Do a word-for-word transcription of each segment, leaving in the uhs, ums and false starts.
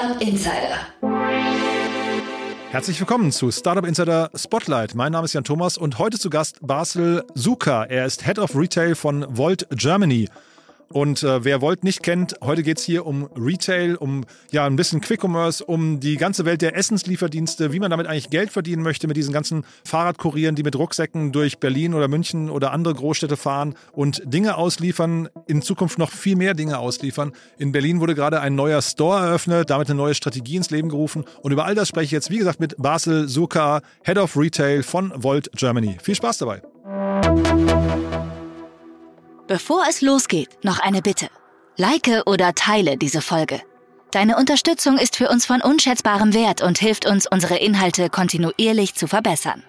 Startup Insider. Herzlich willkommen zu Startup Insider Spotlight. Mein Name ist Jan Thomas und heute zu Gast Basil Suka. Er ist Head of Retail von Volt Germany. Und äh, wer Volt nicht kennt, heute geht es hier um Retail, um ja ein bisschen Quick-Commerce, um die ganze Welt der Essenslieferdienste, wie man damit eigentlich Geld verdienen möchte mit diesen ganzen Fahrradkurieren, die mit Rucksäcken durch Berlin oder München oder andere Großstädte fahren und Dinge ausliefern, in Zukunft noch viel mehr Dinge ausliefern. In Berlin wurde gerade ein neuer Store eröffnet, damit eine neue Strategie ins Leben gerufen. Und über all das spreche ich jetzt, wie gesagt, mit Basil Suka, Head of Retail von Volt Germany. Viel Spaß dabei. Bevor es losgeht, noch eine Bitte. Like oder teile diese Folge. Deine Unterstützung ist für uns von unschätzbarem Wert und hilft uns, unsere Inhalte kontinuierlich zu verbessern.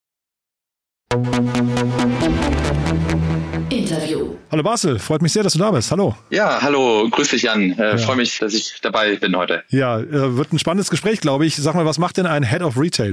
Interview. Hallo Basil, freut mich sehr, dass du da bist. Hallo. Ja, hallo, grüß dich Jan. Äh, ja. Freue mich, dass ich dabei bin heute. Ja, äh, wird ein spannendes Gespräch, glaube ich. Sag mal, was macht denn ein Head of Retail?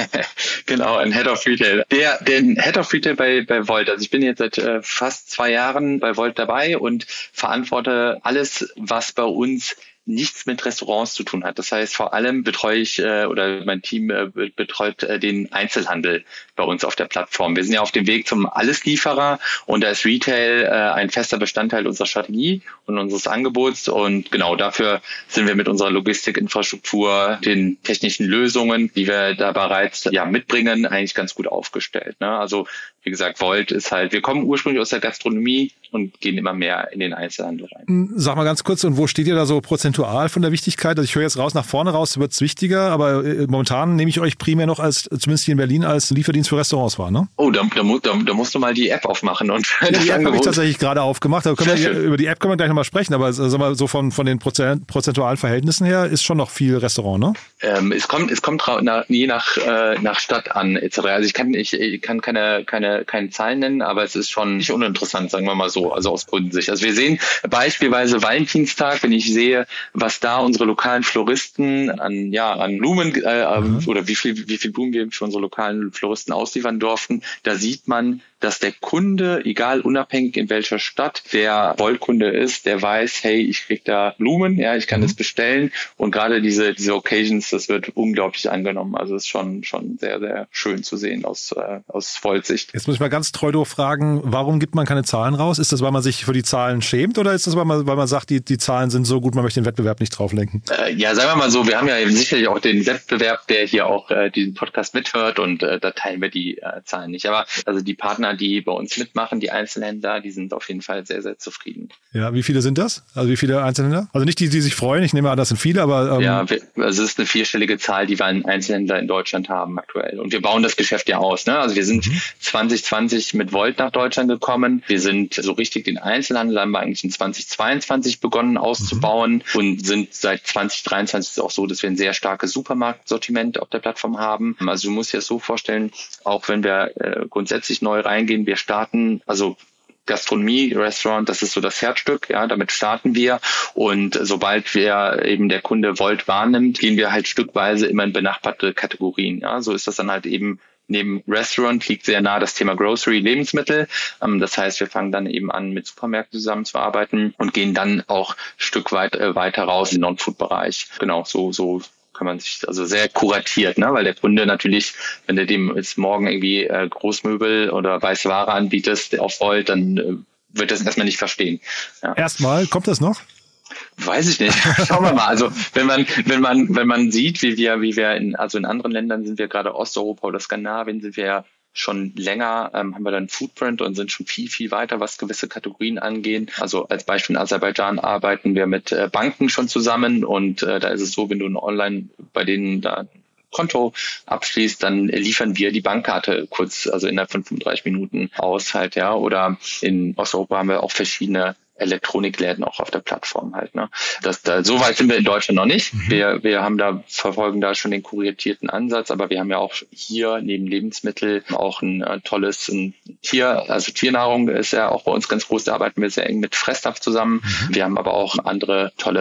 Genau, ein Head of Retail. Der, den Head of Retail bei, bei Volt. Also ich bin jetzt seit äh, fast zwei Jahren bei Volt dabei und verantworte alles, was bei uns nichts mit Restaurants zu tun hat. Das heißt, vor allem betreue ich äh, oder mein Team äh, betreut äh, den Einzelhandel bei uns auf der Plattform. Wir sind ja auf dem Weg zum Alleslieferer und da ist Retail äh, ein fester Bestandteil unserer Strategie und unseres Angebots und genau dafür sind wir mit unserer Logistikinfrastruktur, den technischen Lösungen, die wir da bereits ja mitbringen, eigentlich ganz gut aufgestellt. Ne? Also wie gesagt, Volt ist halt, wir kommen ursprünglich aus der Gastronomie und gehen immer mehr in den Einzelhandel rein. Sag mal ganz kurz, und wo steht ihr da so prozentual von der Wichtigkeit? Also ich höre jetzt raus, nach vorne raus wird es wichtiger, aber momentan nehme ich euch primär noch als, zumindest hier in Berlin, als Lieferdienst für Restaurants wahr, ne? Oh, da, da, da, da musst du mal die App aufmachen. Und ja, die App habe ich tatsächlich gerade aufgemacht. Da können wir, über die App können wir gleich nochmal sprechen, aber sag mal, so von, von den Prozent, prozentualen Verhältnissen her ist schon noch viel Restaurant, ne? Ähm, es kommt, es kommt nach, je nach, äh, nach Stadt an, et cetera. Also ich kann, ich, ich kann keine, keine, keine Zahlen nennen, aber es ist schon nicht uninteressant, sagen wir mal so, also aus Kundensicht. Also wir sehen beispielsweise Valentinstag, wenn ich sehe, was da unsere lokalen Floristen an, ja, an Blumen äh, mhm. oder wie viel, wie viel Blumen wir für unsere lokalen Floristen ausliefern durften, da sieht man, dass der Kunde, egal unabhängig in welcher Stadt der Volt-Kunde ist, der weiß, hey, ich krieg da Blumen, ja, ich kann mhm. das bestellen und gerade diese diese Occasions, das wird unglaublich angenommen. Also es ist schon schon sehr sehr schön zu sehen aus äh, aus Volt-Sicht. Jetzt muss ich mal ganz treu doof fragen, warum gibt man keine Zahlen raus? Ist das, weil man sich für die Zahlen schämt oder ist das, weil man weil man sagt, die die Zahlen sind so gut, man möchte den Wettbewerb nicht drauf lenken? Äh, ja, sagen wir mal so, wir haben ja sicherlich auch den Wettbewerb, der hier auch äh, diesen Podcast mithört und äh, da teilen wir die äh, Zahlen nicht. Aber also die Partner, die bei uns mitmachen, die Einzelhändler, die sind auf jeden Fall sehr, sehr zufrieden. Ja, wie viele sind das? Also wie viele Einzelhändler? Also nicht die, die sich freuen, ich nehme an, das sind viele, aber... Ähm ja, wir, also es ist eine vierstellige Zahl, die wir an Einzelhändler in Deutschland haben aktuell. Und wir bauen das Geschäft ja aus. Ne? Also wir sind mhm. zwanzig zwanzig mit Volt nach Deutschland gekommen. Wir sind so richtig den Einzelhandel, haben wir eigentlich in zwanzig zweiundzwanzig begonnen auszubauen mhm. und sind seit zwanzig dreiundzwanzig ist es auch so, dass wir ein sehr starkes Supermarktsortiment auf der Plattform haben. Also du musst dir das so vorstellen, auch wenn wir äh, grundsätzlich neu reingehen, wir starten, also Gastronomie, Restaurant, das ist so das Herzstück, ja, damit starten wir und sobald wir eben der Kunde Volt wahrnimmt, gehen wir halt stückweise immer in benachbarte Kategorien, ja, so ist das dann halt eben. Neben Restaurant liegt sehr nah das Thema Grocery, Lebensmittel. Das heißt, wir fangen dann eben an, mit Supermärkten zusammenzuarbeiten und gehen dann auch ein Stück weit äh, weiter raus in den Non-Food-Bereich. Genau, so so kann man sich, also sehr kuratiert, ne? Weil der Kunde natürlich, wenn du dem jetzt morgen irgendwie äh, Großmöbel oder weiße Ware anbietest auf Volt, dann äh, wird das erstmal nicht verstehen. Ja. Erstmal, kommt das noch? Weiß ich nicht. Schauen wir mal. Also wenn man, wenn man, wenn man sieht, wie wir, wie wir in, also in anderen Ländern sind wir gerade Osteuropa oder Skandinavien, sind wir schon länger, ähm, haben wir dann Footprint und sind schon viel, viel weiter, was gewisse Kategorien angehen. Also als Beispiel in Aserbaidschan arbeiten wir mit äh, Banken schon zusammen und äh, da ist es so, wenn du online bei denen da Konto abschließt, dann liefern wir die Bankkarte kurz, also innerhalb von fünfunddreißig Minuten aus halt, ja. Oder in Osteuropa haben wir auch verschiedene Elektronikläden auch auf der Plattform halt, ne. Das, da, so weit sind wir in Deutschland noch nicht. Mhm. Wir, wir haben da, verfolgen da schon den kuratierten Ansatz, aber wir haben ja auch hier neben Lebensmittel auch ein äh, tolles ein Tier, also Tiernahrung ist ja auch bei uns ganz groß, da arbeiten wir sehr eng mit Fressnapf zusammen. Mhm. Wir haben aber auch andere tolle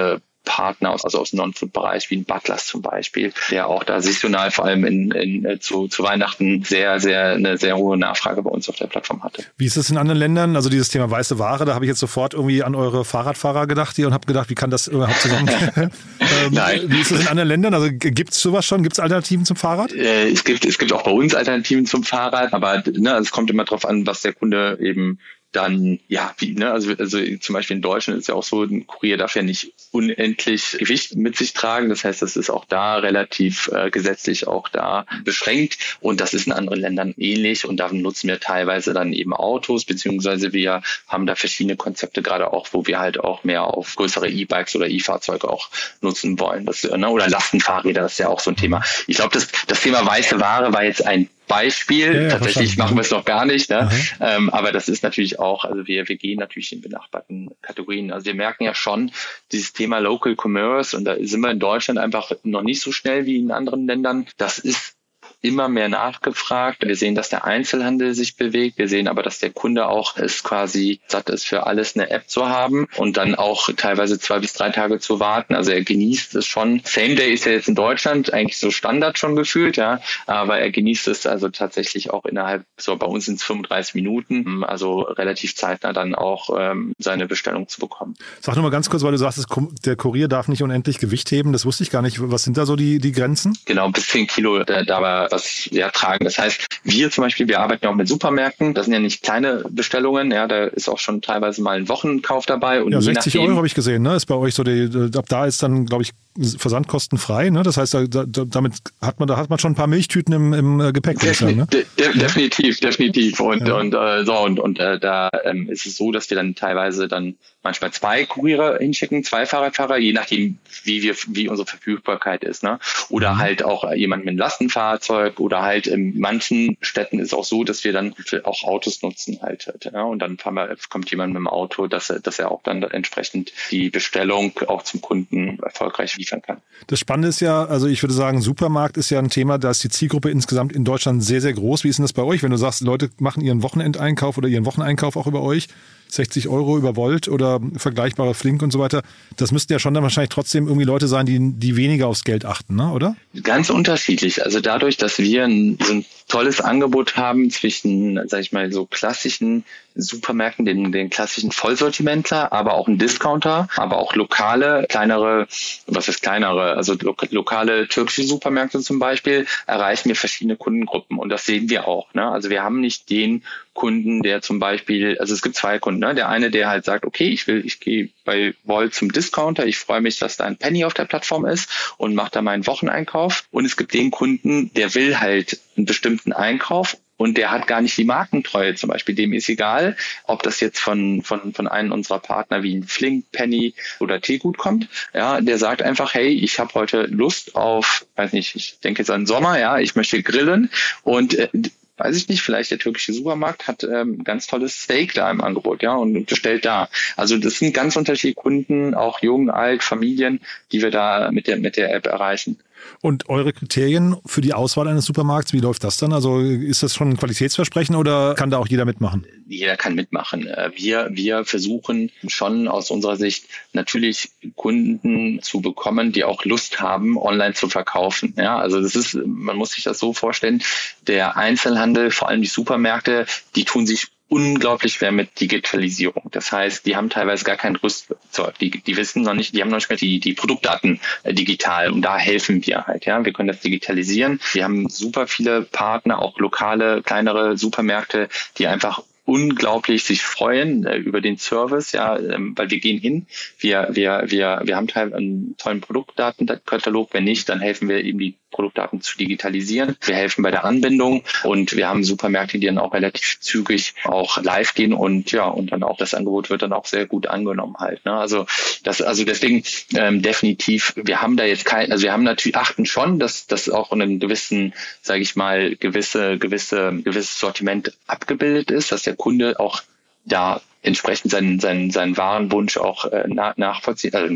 Partner aus, also aus dem Non-Food-Bereich, wie ein Butlers zum Beispiel, der auch da saisonal vor allem in, in, zu, zu Weihnachten sehr, sehr, eine sehr hohe Nachfrage bei uns auf der Plattform hatte. Wie ist es in anderen Ländern? Also dieses Thema weiße Ware, da habe ich jetzt sofort irgendwie an eure Fahrradfahrer gedacht hier und habe gedacht, wie kann das überhaupt zusammen? ähm, Nein. Wie ist es in anderen Ländern? Also gibt es sowas schon? Gibt es Alternativen zum Fahrrad? Äh, es gibt, es gibt auch bei uns Alternativen zum Fahrrad, aber ne, es kommt immer darauf an, was der Kunde eben dann, ja, wie, ne, also, also zum Beispiel in Deutschland ist ja auch so, ein Kurier darf ja nicht unendlich Gewicht mit sich tragen. Das heißt, das ist auch da relativ äh, gesetzlich auch da beschränkt. Und das ist in anderen Ländern ähnlich. Und da nutzen wir teilweise dann eben Autos, beziehungsweise wir haben da verschiedene Konzepte, gerade auch, wo wir halt auch mehr auf größere E-Bikes oder E-Fahrzeuge auch nutzen wollen. Das, ne, oder Lastenfahrräder, das ist ja auch so ein Thema. Ich glaube, das, das Thema weiße Ware war jetzt ein Beispiel. Ja, ja, tatsächlich machen wir es noch gar nicht, ne? Ähm, aber das ist natürlich auch, also wir, wir gehen natürlich in benachbarten Kategorien. Also wir merken ja schon dieses Thema Local Commerce und da sind wir in Deutschland einfach noch nicht so schnell wie in anderen Ländern. Das ist immer mehr nachgefragt. Wir sehen, dass der Einzelhandel sich bewegt. Wir sehen aber, dass der Kunde auch es quasi satt ist, für alles eine App zu haben und dann auch teilweise zwei bis drei Tage zu warten. Also er genießt es schon. Same Day ist ja jetzt in Deutschland eigentlich so Standard schon gefühlt, ja. Aber er genießt es also tatsächlich auch innerhalb, so bei uns sind es fünfunddreißig Minuten, also relativ zeitnah dann auch ähm, seine Bestellung zu bekommen. Sag nur mal ganz kurz, weil du sagst, der Kurier darf nicht unendlich Gewicht heben. Das wusste ich gar nicht. Was sind da so die, die Grenzen? Genau, bis zehn Kilo, da, da war was ja tragen. Das heißt, wir zum Beispiel, wir arbeiten ja auch mit Supermärkten. Das sind ja nicht kleine Bestellungen. Ja, da ist auch schon teilweise mal ein Wochenkauf dabei. Und ja, sechzig Euro habe ich gesehen. Ne, ist bei euch so die. Ab da ist dann, glaube ich, versandkostenfrei. Ne, das heißt, da, da, damit hat man, da hat man schon ein paar Milchtüten im, im Gepäck. Defin- sagen, ne? de- de- definitiv, definitiv. Und ja. und äh, so und und äh, da ähm, ist es so, dass wir dann teilweise dann manchmal zwei Kuriere hinschicken, zwei Fahrradfahrer, je nachdem, wie wir, wie unsere Verfügbarkeit ist, ne? Oder mhm. halt auch jemand mit einem Lastenfahrzeug oder halt in manchen Städten ist auch so, dass wir dann auch Autos nutzen halt, halt ja? Und dann wir, kommt jemand mit dem Auto, dass er, dass er auch dann entsprechend die Bestellung auch zum Kunden erfolgreich liefern kann. Das Spannende ist ja, also ich würde sagen, Supermarkt ist ja ein Thema, da ist die Zielgruppe insgesamt in Deutschland sehr, sehr groß. Wie ist denn das bei euch, wenn du sagst, Leute machen ihren Wochenendeinkauf oder ihren Wocheneinkauf auch über euch? sechzig Euro über Volt oder vergleichbare Flink und so weiter. Das müssten ja schon dann wahrscheinlich trotzdem irgendwie Leute sein, die, die weniger aufs Geld achten, ne? Oder? Ganz unterschiedlich. Also dadurch, dass wir ein, so ein tolles Angebot haben zwischen, sag ich mal, so klassischen Supermärkten, den, den klassischen Vollsortimentler, aber auch ein Discounter, aber auch lokale, kleinere, was ist kleinere, also lo- lokale türkische Supermärkte zum Beispiel, erreichen wir verschiedene Kundengruppen und das sehen wir auch, ne? Also wir haben nicht den Kunden, der zum Beispiel, also es gibt zwei Kunden, ne? Der eine, der halt sagt, okay, ich will, ich gehe bei Volt zum Discounter, ich freue mich, dass da ein Penny auf der Plattform ist und mache da meinen Wocheneinkauf. Und es gibt den Kunden, der will halt einen bestimmten Einkauf und der hat gar nicht die Markentreue zum Beispiel. Dem ist egal, ob das jetzt von von von einem unserer Partner wie ein Flink, Penny oder Teegut kommt. Ja, der sagt einfach, hey, ich habe heute Lust auf, weiß nicht, ich denke jetzt an Sommer, ja, ich möchte grillen und äh, weiß ich nicht, vielleicht der türkische Supermarkt hat ähm, ganz tolles Steak da im Angebot, ja, und bestellt da. Also das sind ganz unterschiedliche Kunden, auch jung, alt, Familien, die wir da mit der mit der App erreichen. Und eure Kriterien für die Auswahl eines Supermarkts, wie läuft das dann? Also ist das schon ein Qualitätsversprechen oder kann da auch jeder mitmachen? Jeder kann mitmachen. Wir, wir versuchen schon aus unserer Sicht natürlich Kunden zu bekommen, die auch Lust haben, online zu verkaufen. Ja, also das ist, man muss sich das so vorstellen, der Einzelhandel, vor allem die Supermärkte, die tun sich unglaublich schwer mit Digitalisierung. Das heißt, die haben teilweise gar kein Rüstzeug. Die, die wissen noch nicht, die haben noch nicht mehr die, die Produktdaten äh, digital. Und da helfen wir halt, ja. Wir können das digitalisieren. Wir haben super viele Partner, auch lokale, kleinere Supermärkte, die einfach unglaublich sich freuen äh, über den Service, ja, ähm, weil wir gehen hin, wir wir wir wir haben teilweise einen tollen Produktdatenkatalog, wenn nicht, dann helfen wir eben die Produktdaten zu digitalisieren. Wir helfen bei der Anbindung und wir haben Supermärkte, die dann auch relativ zügig auch live gehen und ja, und dann auch das Angebot wird dann auch sehr gut angenommen halt, ne? Also das, also deswegen ähm, definitiv, wir haben da jetzt kein, also wir haben natürlich achten schon, dass das auch in einem gewissen, sage ich mal, gewisse gewisse gewisses Sortiment abgebildet ist, dass der Kunde auch da entsprechend seinen seinen seinen Warenwunsch auch äh, nach, nachvollziehen, also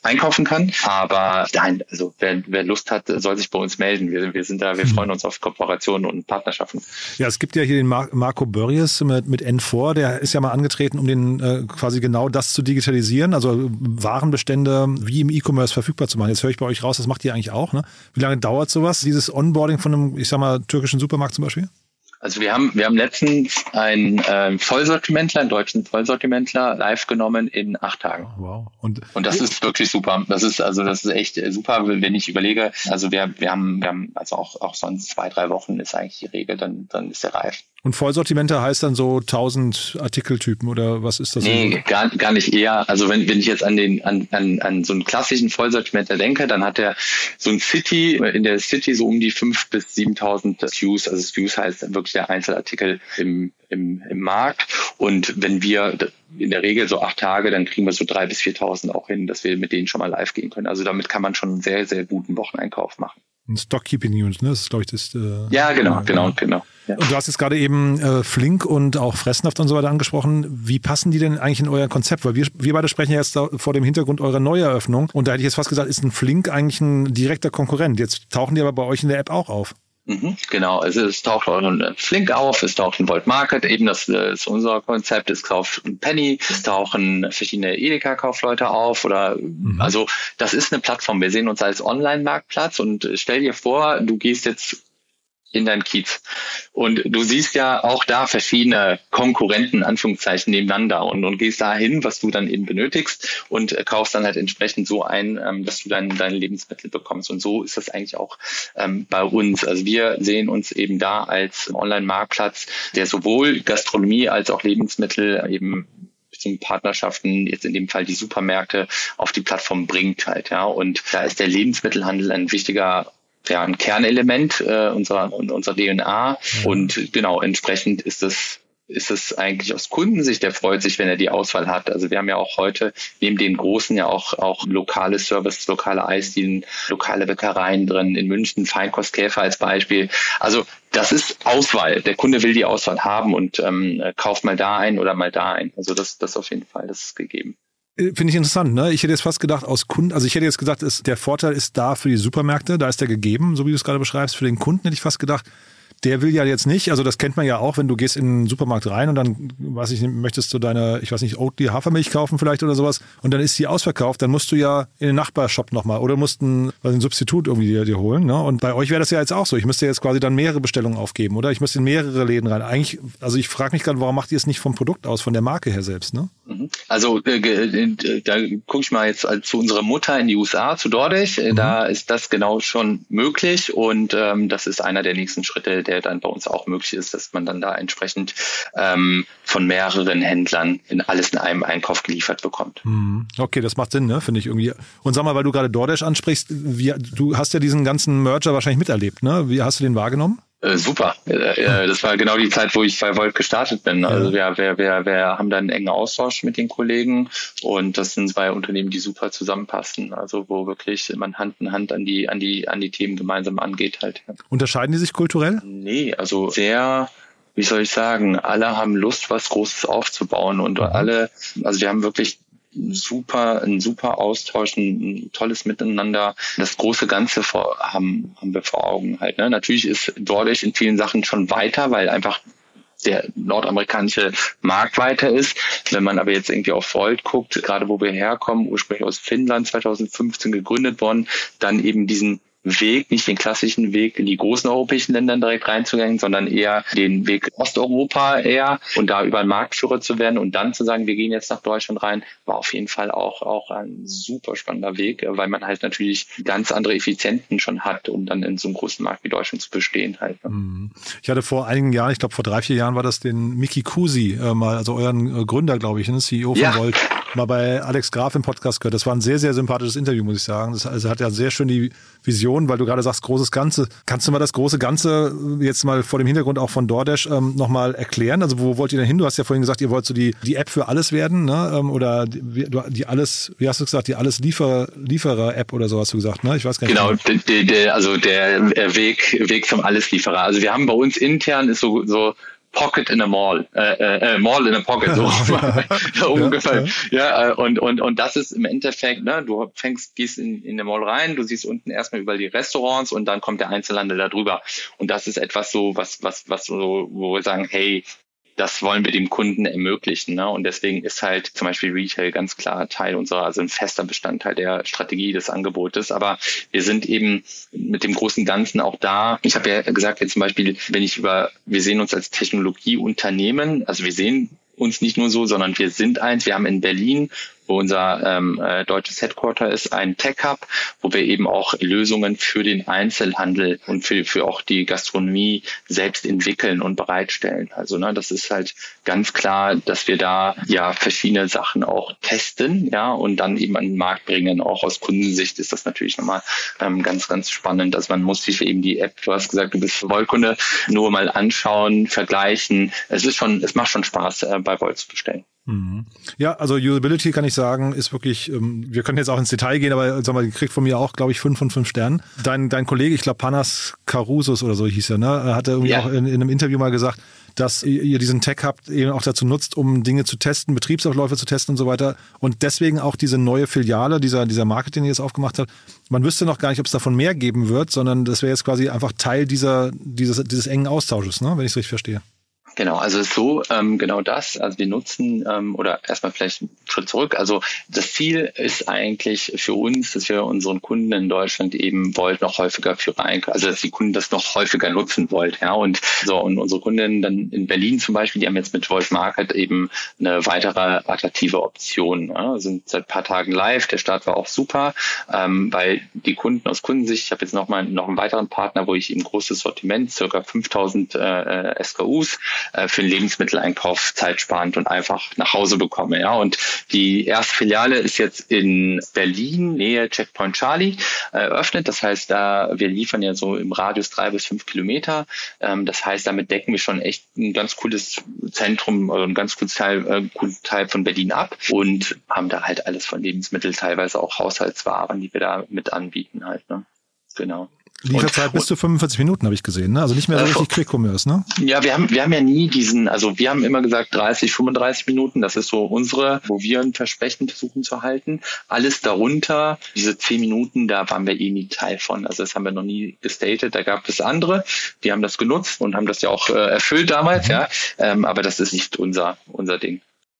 einkaufen kann. Aber nein, also wer, wer Lust hat, soll sich bei uns melden. Wir, wir sind da, wir freuen uns auf Kooperationen und Partnerschaften. Ja, es gibt ja hier den Mar- Marco Börries mit, mit N vier, der ist ja mal angetreten, um den äh, quasi genau das zu digitalisieren, also Warenbestände wie im E-Commerce verfügbar zu machen. Jetzt höre ich bei euch raus, das macht ihr eigentlich auch, ne? Wie lange dauert sowas, dieses Onboarding von einem, ich sag mal, türkischen Supermarkt zum Beispiel? Also wir haben wir haben letztens einen äh, Vollsortimentler, einen deutschen Vollsortimentler live genommen in acht Tagen. Oh, wow. Und, und das ist wirklich super. Das ist also das ist echt super, wenn ich überlege. Also wir wir haben wir haben also auch auch sonst zwei drei Wochen ist eigentlich die Regel, dann dann ist der reif. Und Vollsortimenter heißt dann so tausend Artikeltypen oder was ist das? Nee, gar, gar nicht eher. Also wenn, wenn ich jetzt an den an, an, an so einen klassischen Vollsortimenter denke, dann hat er so ein City, in der City so um die fünftausend bis siebentausend S K Us. Also S K Us heißt wirklich der Einzelartikel im, im, im Markt. Und wenn wir in der Regel so acht Tage, dann kriegen wir so dreitausend bis viertausend auch hin, dass wir mit denen schon mal live gehen können. Also damit kann man schon einen sehr, sehr guten Wocheneinkauf machen. Ein Stockkeeping Unit, ne? Das ist, glaube ich, das. Äh, ja, genau, genau, genau. Ja. Und du hast jetzt gerade eben äh, Flink und auch Fressnapf und so weiter angesprochen. Wie passen die denn eigentlich in euer Konzept? Weil wir, wir beide sprechen ja jetzt da vor dem Hintergrund eurer Neueröffnung. Und da hätte ich jetzt fast gesagt, ist ein Flink eigentlich ein direkter Konkurrent. Jetzt tauchen die aber bei euch in der App auch auf. Mhm, genau, also es taucht auch ein Flink auf, es taucht ein Volt Market, eben das ist unser Konzept, es kauft ein Penny, es tauchen verschiedene Edeka-Kaufleute auf oder mhm. also das ist eine Plattform, wir sehen uns als Online-Marktplatz und stell dir vor, du gehst jetzt in dein Kiez. Und du siehst ja auch da verschiedene Konkurrenten, Anführungszeichen, nebeneinander und, und gehst dahin, was du dann eben benötigst und äh, kaufst dann halt entsprechend so ein, ähm, dass du dann deine Lebensmittel bekommst. Und so ist das eigentlich auch ähm, bei uns. Also wir sehen uns eben da als Online-Marktplatz, der sowohl Gastronomie als auch Lebensmittel eben Partnerschaften, jetzt in dem Fall die Supermärkte, auf die Plattform bringt halt, ja. Und da ist der Lebensmittelhandel ein wichtiger ja, ein Kernelement äh, unserer, unserer D N A. Ja. Und genau, entsprechend ist es ist es eigentlich aus Kundensicht, der freut sich, wenn er die Auswahl hat. Also wir haben ja auch heute neben den großen ja auch auch lokale Services, lokale Eisdielen, lokale Bäckereien drin, in München Feinkostkäfer als Beispiel. Also das ist Auswahl. Der Kunde will die Auswahl haben und ähm, kauft mal da ein oder mal da ein. Also das das auf jeden Fall, das ist gegeben. Finde ich interessant, ne? Ich hätte jetzt fast gedacht, aus Kunden, also ich hätte jetzt gesagt, ist, der Vorteil ist da für die Supermärkte, da ist der gegeben, so wie du es gerade beschreibst. Für den Kunden hätte ich fast gedacht, der will ja jetzt nicht, also das kennt man ja auch, wenn du gehst in den Supermarkt rein und dann, weiß ich nicht, möchtest du deine, ich weiß nicht, Oatly Hafermilch kaufen vielleicht oder sowas und dann ist die ausverkauft, dann musst du ja in den Nachbarshop nochmal oder musst ein, also ein Substitut irgendwie dir, dir holen, ne? Und bei euch wäre das ja jetzt auch so, ich müsste jetzt quasi dann mehrere Bestellungen aufgeben, oder? Ich müsste in mehrere Läden rein. Eigentlich, also ich frage mich gerade, warum macht ihr es nicht vom Produkt aus, von der Marke her selbst, ne? Also äh, da gucke ich mal jetzt zu unserer Mutter in die U S A, zu DoorDash, mhm. Da ist das genau schon möglich und ähm, das ist einer der nächsten Schritte, der dann bei uns auch möglich ist, dass man dann da entsprechend ähm, von mehreren Händlern in alles in einem Einkauf geliefert bekommt. Okay, das macht Sinn, ne? Finde ich irgendwie. Und sag mal, weil du gerade DoorDash ansprichst, wie, du hast ja diesen ganzen Merger wahrscheinlich miterlebt, ne? Wie hast du den wahrgenommen? Äh, super. Äh, das war genau die Zeit, wo ich bei Volt gestartet bin. Also wir, wir, wir, wir haben da einen engen Austausch mit den Kollegen und das sind zwei Unternehmen, die super zusammenpassen. Also wo wirklich man Hand in Hand an die, an die, an die Themen gemeinsam angeht halt. Unterscheiden die sich kulturell? Nee, also sehr, wie soll ich sagen, alle haben Lust, was Großes aufzubauen und alle, also wir haben wirklich super, ein super Austausch, ein tolles Miteinander. Das große Ganze vor, haben, haben wir vor Augen halt, ne? Natürlich ist DoorDash in vielen Sachen schon weiter, weil einfach der nordamerikanische Markt weiter ist. Wenn man aber jetzt irgendwie auf Volt guckt, gerade wo wir herkommen, ursprünglich aus Finnland, zwanzig fünfzehn gegründet worden, dann eben diesen Weg, nicht den klassischen Weg in die großen europäischen Länder direkt reinzugehen, sondern eher den Weg Osteuropa eher und da über einen Marktführer zu werden und dann zu sagen, wir gehen jetzt nach Deutschland rein, war auf jeden Fall auch auch ein super spannender Weg, weil man halt natürlich ganz andere Effizienten schon hat, um dann in so einem großen Markt wie Deutschland zu bestehen halt. Ich hatte vor einigen Jahren, ich glaube vor drei, vier Jahren war das den Mickey Kusi äh, mal, also euren äh, Gründer, glaube ich, ne, C E O von ja. Volt, mal bei Alex Graf im Podcast gehört. Das war ein sehr, sehr sympathisches Interview, muss ich sagen. Das also hat ja sehr schön die Vision, weil du gerade sagst, großes Ganze. Kannst du mal das große Ganze jetzt mal vor dem Hintergrund auch von DoorDash ähm, nochmal erklären? Also wo wollt ihr denn hin? Du hast ja vorhin gesagt, ihr wollt so die, die App für alles werden, ne? Ähm, oder die, die alles, wie hast du gesagt, die alles Liefer, Lieferer-App oder so hast du gesagt, ne? Ich weiß gar nicht. Genau, der, der, also der Weg, Weg zum Alleslieferer. Also wir haben bei uns intern ist so, so Pocket in a Mall, äh, äh, Mall in a Pocket, so ja, ungefähr. Ja, ja, und, und, und das ist im Endeffekt, ne, du fängst, gehst in, in den Mall rein, du siehst unten erstmal über die Restaurants und dann kommt der Einzelhandel da drüber. Und das ist etwas so, was, was, was so, wo wir sagen, hey, das wollen wir dem Kunden ermöglichen, ne? Und deswegen ist halt zum Beispiel Retail ganz klar Teil unserer, also ein fester Bestandteil der Strategie des Angebotes. Aber wir sind eben mit dem großen Ganzen auch da. Ich habe ja gesagt, jetzt zum Beispiel, wenn ich über, wir sehen uns als Technologieunternehmen, also wir sehen uns nicht nur so, sondern wir sind eins. Wir haben in Berlin, wo unser ähm, äh, deutsches Headquarter ist, ein Tech-Hub, wo wir eben auch Lösungen für den Einzelhandel und für, für auch die Gastronomie selbst entwickeln und bereitstellen. Also ne, das ist halt ganz klar, dass wir da ja verschiedene Sachen auch testen, ja, und dann eben an den Markt bringen. Auch aus Kundensicht ist das natürlich nochmal ähm, ganz, ganz spannend. Also man muss sich eben die App, du hast gesagt, du bist Volt-Kunde, nur mal anschauen, vergleichen. Es ist schon, es macht schon Spaß, äh, bei Volt zu bestellen. Ja, also Usability kann ich sagen, ist wirklich, ähm, wir können jetzt auch ins Detail gehen, aber sag mal, die kriegt von mir auch, glaube ich, fünf von fünf Sternen. Dein, dein Kollege, ich glaube Panas Carusos oder so hieß er, ne, hatte irgendwie ja. auch in, in einem Interview mal gesagt, dass ihr diesen Tech habt, eben auch dazu nutzt, um Dinge zu testen, Betriebsabläufe zu testen und so weiter. Und deswegen auch diese neue Filiale, dieser, dieser Market, den ihr jetzt aufgemacht habt. Man wüsste noch gar nicht, ob es davon mehr geben wird, sondern das wäre jetzt quasi einfach Teil dieser, dieses, dieses engen Austausches, ne, wenn ich es richtig verstehe. Genau, also so ähm, genau das. Also wir nutzen ähm, oder erstmal vielleicht einen Schritt zurück. Also das Ziel ist eigentlich für uns, dass wir unseren Kunden in Deutschland eben Volt noch häufiger für rein, also dass die Kunden das noch häufiger nutzen wollen. Ja, und so und unsere Kunden dann in Berlin zum Beispiel, die haben jetzt mit Volt Market eben eine weitere attraktive Option. Ja, sind seit ein paar Tagen live. Der Start war auch super, ähm, weil die Kunden aus Kundensicht. Ich habe jetzt noch mal noch einen weiteren Partner, wo ich eben großes Sortiment, circa fünftausend äh, S K Us für den Lebensmitteleinkauf zeitsparend und einfach nach Hause bekomme. Ja, und die erste Filiale ist jetzt in Berlin, Nähe Checkpoint Charlie, eröffnet. Das heißt, da wir liefern ja so im Radius drei bis fünf Kilometer. Das heißt, damit decken wir schon echt ein ganz cooles Zentrum, also ein ganz cooles Teil, äh, coolen Teil von Berlin ab und haben da halt alles von Lebensmitteln, teilweise auch Haushaltswaren, die wir da mit anbieten halt. Ne? Genau. Lieferzeit bis zu fünfundvierzig Minuten habe ich gesehen, ne? Also nicht mehr so richtig Quick Commerce, ne? Ja, wir haben wir haben ja nie diesen, also wir haben immer gesagt dreißig, fünfunddreißig Minuten, das ist so unsere, wo wir ein Versprechen versuchen zu halten. Alles darunter, diese zehn Minuten, da waren wir eh nie Teil von. Also das haben wir noch nie gestated. Da gab es andere, die haben das genutzt und haben das ja auch äh, erfüllt damals, mhm. ja. Ähm, aber das ist nicht unser unser Ding.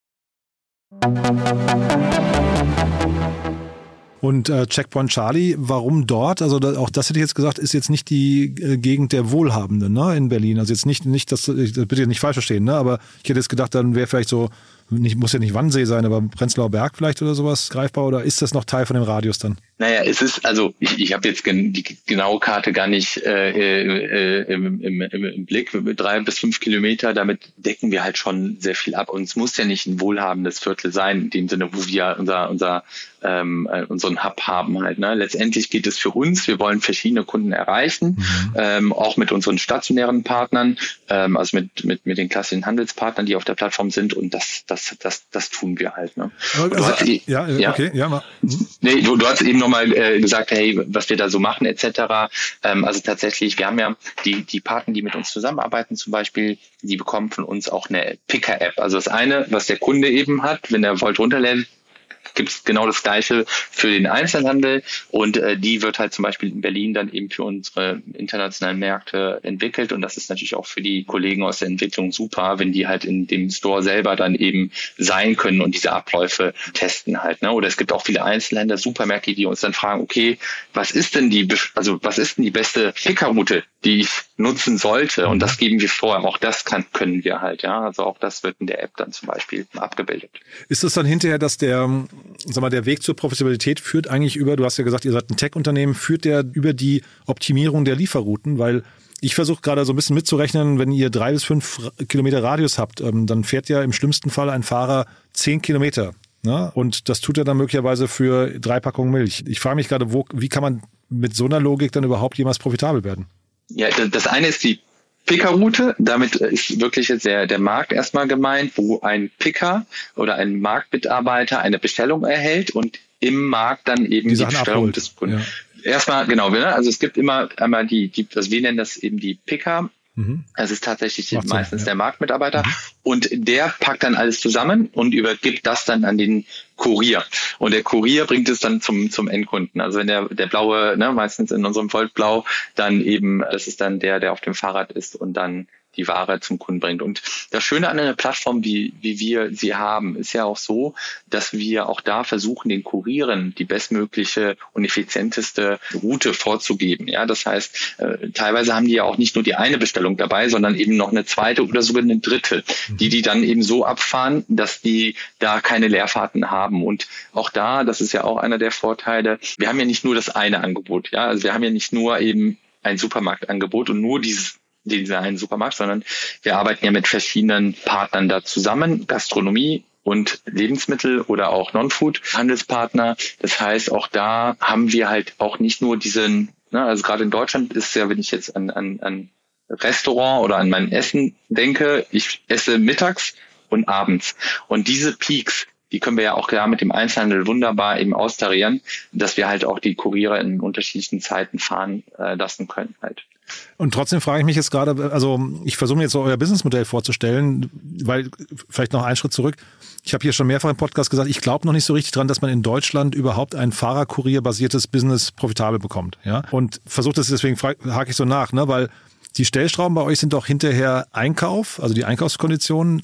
Und äh, Checkpoint Charlie, warum dort? Also da, auch das hätte ich jetzt gesagt, ist jetzt nicht die äh, Gegend der Wohlhabenden, ne, in Berlin. Also jetzt nicht, nicht das, das bitte nicht falsch verstehen, ne, aber ich hätte jetzt gedacht, dann wäre vielleicht so, nicht, muss ja nicht Wannsee sein, aber Prenzlauer Berg vielleicht oder sowas greifbar, oder ist das noch Teil von dem Radius dann? Naja, es ist, also ich, ich habe jetzt gen, die genaue Karte gar nicht äh, äh, im, im, im, im Blick, mit drei bis fünf Kilometer, damit decken wir halt schon sehr viel ab. Und es muss ja nicht ein wohlhabendes Viertel sein, in dem Sinne, wo wir unser, unser ähm, unseren Hub haben halt. Ne? Letztendlich geht es für uns, wir wollen verschiedene Kunden erreichen, mhm. ähm, auch mit unseren stationären Partnern, ähm, also mit, mit, mit den klassischen Handelspartnern, die auf der Plattform sind, und das, das, das, das tun wir halt. Ne? Also, hast, ja, ja, okay, ja. Mal. Mhm. Nee, du, du hast eben nochmal äh, gesagt, hey, was wir da so machen et cetera. Ähm, also tatsächlich, wir haben ja die, die Partner, die mit uns zusammenarbeiten zum Beispiel, die bekommen von uns auch eine Picker-App. Also das eine, was der Kunde eben hat, wenn er Volt runterlädt, gibt es genau das Gleiche für den Einzelhandel, und äh, die wird halt zum Beispiel in Berlin dann eben für unsere internationalen Märkte entwickelt, und das ist natürlich auch für die Kollegen aus der Entwicklung super, wenn die halt in dem Store selber dann eben sein können und diese Abläufe testen halt. Ne? Oder es gibt auch viele Einzelhändler, Supermärkte, die uns dann fragen, okay, was ist denn die, also was ist denn die beste Pickerroute, die ich nutzen sollte? Und das geben wir vor. Auch das kann, können wir halt. Ja, also auch das wird in der App dann zum Beispiel abgebildet. Ist es dann hinterher, dass der Sag mal, der Weg zur Profitabilität führt eigentlich über, du hast ja gesagt, ihr seid ein Tech-Unternehmen, führt der über die Optimierung der Lieferrouten? Weil ich versuche gerade so ein bisschen mitzurechnen, wenn ihr drei bis fünf Kilometer Radius habt, dann fährt ja im schlimmsten Fall ein Fahrer zehn Kilometer. Ne? Und das tut er dann möglicherweise für drei Packungen Milch. Ich frage mich gerade, wo, wie kann man mit so einer Logik dann überhaupt jemals profitabel werden? Ja, das eine ist die Pickerroute, damit ist wirklich jetzt der, der Markt erstmal gemeint, wo ein Picker oder ein Marktmitarbeiter eine Bestellung erhält und im Markt dann eben die, die Bestellung abholt. Des Kunden. Ja. Erstmal, genau, also es gibt immer einmal die, die, also wir nennen das eben die Picker, Mhm. Das ist tatsächlich Macht meistens Sinn, ja. der Marktmitarbeiter. Mhm. Und der packt dann alles zusammen und übergibt das dann an den Kurier. Und der Kurier bringt es dann zum zum Endkunden. Also wenn der der blaue, ne, meistens in unserem Voltblau, dann eben, das ist dann der, der auf dem Fahrrad ist und dann die Ware zum Kunden bringt. Und das Schöne an einer Plattform, wie, wie wir sie haben, ist ja auch so, dass wir auch da versuchen, den Kurieren die bestmögliche und effizienteste Route vorzugeben. Ja, das heißt, äh, teilweise haben die ja auch nicht nur die eine Bestellung dabei, sondern eben noch eine zweite oder sogar eine dritte, die die dann eben so abfahren, dass die da keine Leerfahrten haben. Und auch da, das ist ja auch einer der Vorteile, wir haben ja nicht nur das eine Angebot. Ja, also wir haben ja nicht nur eben ein Supermarktangebot und nur dieses dieser einen Supermarkt, sondern wir arbeiten ja mit verschiedenen Partnern da zusammen, Gastronomie und Lebensmittel oder auch Non-Food-Handelspartner. Das heißt, auch da haben wir halt auch nicht nur diesen, ne, also gerade in Deutschland ist ja, wenn ich jetzt an, an, an Restaurant oder an mein Essen denke, ich esse mittags und abends. Und diese Peaks, die können wir ja auch klar mit dem Einzelhandel wunderbar eben austarieren, dass wir halt auch die Kuriere in unterschiedlichen Zeiten fahren äh, lassen können halt. Und trotzdem frage ich mich jetzt gerade, also ich versuche mir jetzt so euer Businessmodell vorzustellen, weil vielleicht noch einen Schritt zurück. Ich habe hier schon mehrfach im Podcast gesagt, ich glaube noch nicht so richtig dran, dass man in Deutschland überhaupt ein Fahrerkurier-basiertes Business profitabel bekommt. Ja? Und versuche das, deswegen hake ich so nach, ne? Weil die Stellschrauben bei euch sind doch hinterher Einkauf, also die Einkaufskonditionen,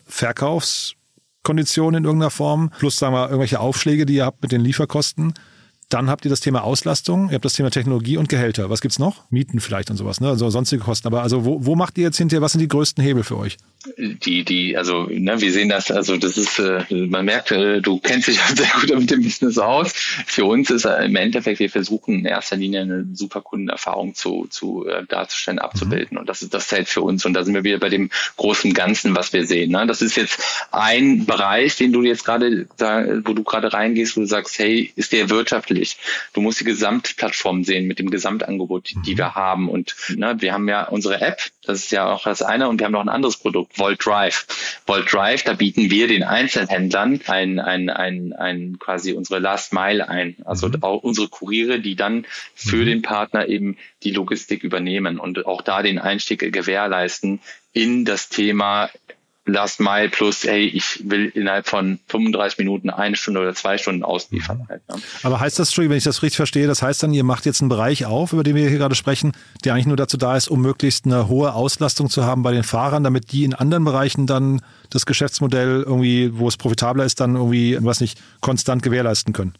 Verkaufskonditionen in irgendeiner Form, plus sagen wir irgendwelche Aufschläge, die ihr habt mit den Lieferkosten. Dann habt ihr das Thema Auslastung, ihr habt das Thema Technologie und Gehälter. Was gibt's noch? Mieten vielleicht und sowas, ne? Also sonstige Kosten. Aber also wo, wo macht ihr jetzt hinterher, was sind die größten Hebel für euch? Die, die, also, ne, wir sehen das, also das ist, äh, man merkt, äh, du kennst dich halt sehr gut mit dem Business aus. Für uns ist äh, im Endeffekt, wir versuchen in erster Linie eine super Kundenerfahrung zu, zu äh, darzustellen, abzubilden. Mhm. Und das ist das zählt für uns. Und da sind wir wieder bei dem großen Ganzen, was wir sehen. Ne? Das ist jetzt ein Bereich, den du jetzt gerade, da, wo du gerade reingehst, wo du sagst, hey, ist der wirtschaftlich? Du musst die Gesamtplattform sehen mit dem Gesamtangebot, mhm. die wir haben. Und ne, wir haben ja unsere App, das ist ja auch das eine, und wir haben noch ein anderes Produkt, Volt Drive. Volt Drive, da bieten wir den Einzelhändlern ein, ein, ein, ein quasi unsere Last Mile ein. Also mhm. auch unsere Kuriere, die dann für mhm. den Partner eben die Logistik übernehmen und auch da den Einstieg gewährleisten in das Thema Last Mile plus, hey, ich will innerhalb von fünfunddreißig Minuten eine Stunde oder zwei Stunden ausliefern. Halt, ne? Aber heißt das, wenn ich das richtig verstehe, das heißt dann, ihr macht jetzt einen Bereich auf, über den wir hier gerade sprechen, der eigentlich nur dazu da ist, um möglichst eine hohe Auslastung zu haben bei den Fahrern, damit die in anderen Bereichen dann das Geschäftsmodell irgendwie, wo es profitabler ist, dann irgendwie, was nicht, konstant gewährleisten können?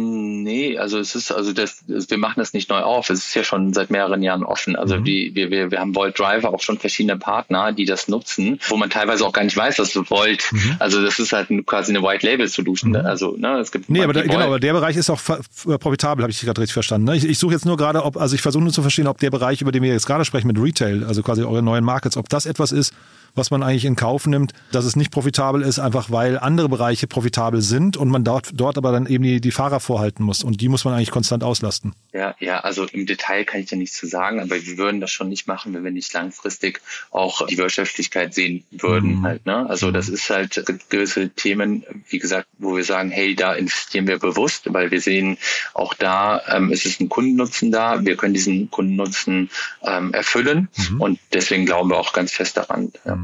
Nee, also es ist, also das, wir machen das nicht neu auf. Es ist ja schon seit mehreren Jahren offen. Also mhm. die, wir, wir, wir haben Volt Driver auch schon verschiedene Partner, die das nutzen, wo man teilweise auch gar nicht weiß, dass du Volt, mhm. also das ist halt quasi eine White Label Solution. Mhm. Also, ne, es gibt. Nee, aber da, genau, aber der Bereich ist auch profitabel, habe ich gerade richtig verstanden. Ne? Ich, ich suche jetzt nur gerade, ob, also ich versuche nur zu verstehen, ob der Bereich, über den wir jetzt gerade sprechen mit Retail, also quasi eure neuen Markets, ob das etwas ist, was man eigentlich in Kauf nimmt, dass es nicht profitabel ist, einfach weil andere Bereiche profitabel sind und man dort, dort aber dann eben die, die Fahrer vorhalten muss. Und die muss man eigentlich konstant auslasten. Ja, ja, also im Detail kann ich ja nichts zu sagen, aber wir würden das schon nicht machen, wenn wir nicht langfristig auch die Wirtschaftlichkeit sehen würden. Mhm. Halt, ne? Also das ist halt, es gibt gewisse Themen, wie gesagt, wo wir sagen, hey, da investieren wir bewusst, weil wir sehen, auch da ähm, ist es ein Kundennutzen da. Wir können diesen Kundennutzen ähm, erfüllen mhm. und deswegen glauben wir auch ganz fest daran. Ja.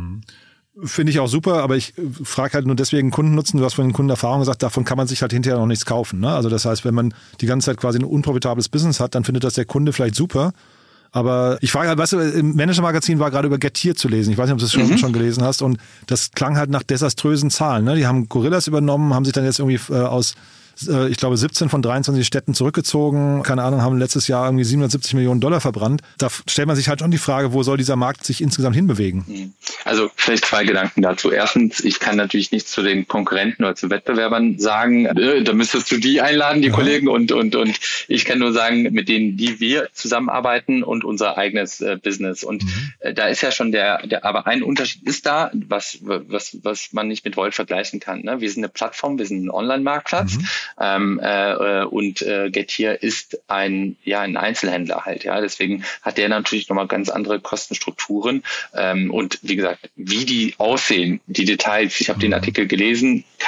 Finde ich auch super, aber ich frage halt nur deswegen Kundennutzen. Du hast von den Kundenerfahrung gesagt, davon kann man sich halt hinterher noch nichts kaufen. Ne? Also das heißt, wenn man die ganze Zeit quasi ein unprofitables Business hat, dann findet das der Kunde vielleicht super. Aber ich frage halt, weißt du, im Manager-Magazin war gerade über Getir zu lesen. Ich weiß nicht, ob du das schon, mhm. schon gelesen hast. Und das klang halt nach desaströsen Zahlen. Ne? Die haben Gorillas übernommen, haben sich dann jetzt irgendwie äh, aus ich glaube, siebzehn von dreiundzwanzig Städten zurückgezogen. Keine Ahnung, haben letztes Jahr irgendwie siebenhundertsiebzig Millionen Dollar verbrannt. Da stellt man sich halt schon die Frage, wo soll dieser Markt sich insgesamt hinbewegen? Also vielleicht zwei Gedanken dazu. Erstens, ich kann natürlich nichts zu den Konkurrenten oder zu Wettbewerbern sagen. Da müsstest du die einladen, die ja. Kollegen. Und, und, und ich kann nur sagen, mit denen, die wir zusammenarbeiten und unser eigenes äh, Business. Und mhm. äh, da ist ja schon der, der, aber ein Unterschied ist da, was, was, was man nicht mit Volt vergleichen kann. Ne? Wir sind eine Plattform, wir sind ein Online-Marktplatz. Mhm. Ähm, äh, und äh, Getir ist ein ja ein Einzelhändler halt, ja, deswegen hat der natürlich nochmal ganz andere Kostenstrukturen ähm, und wie gesagt, wie die aussehen, die Details, ich habe den Artikel gelesen, kein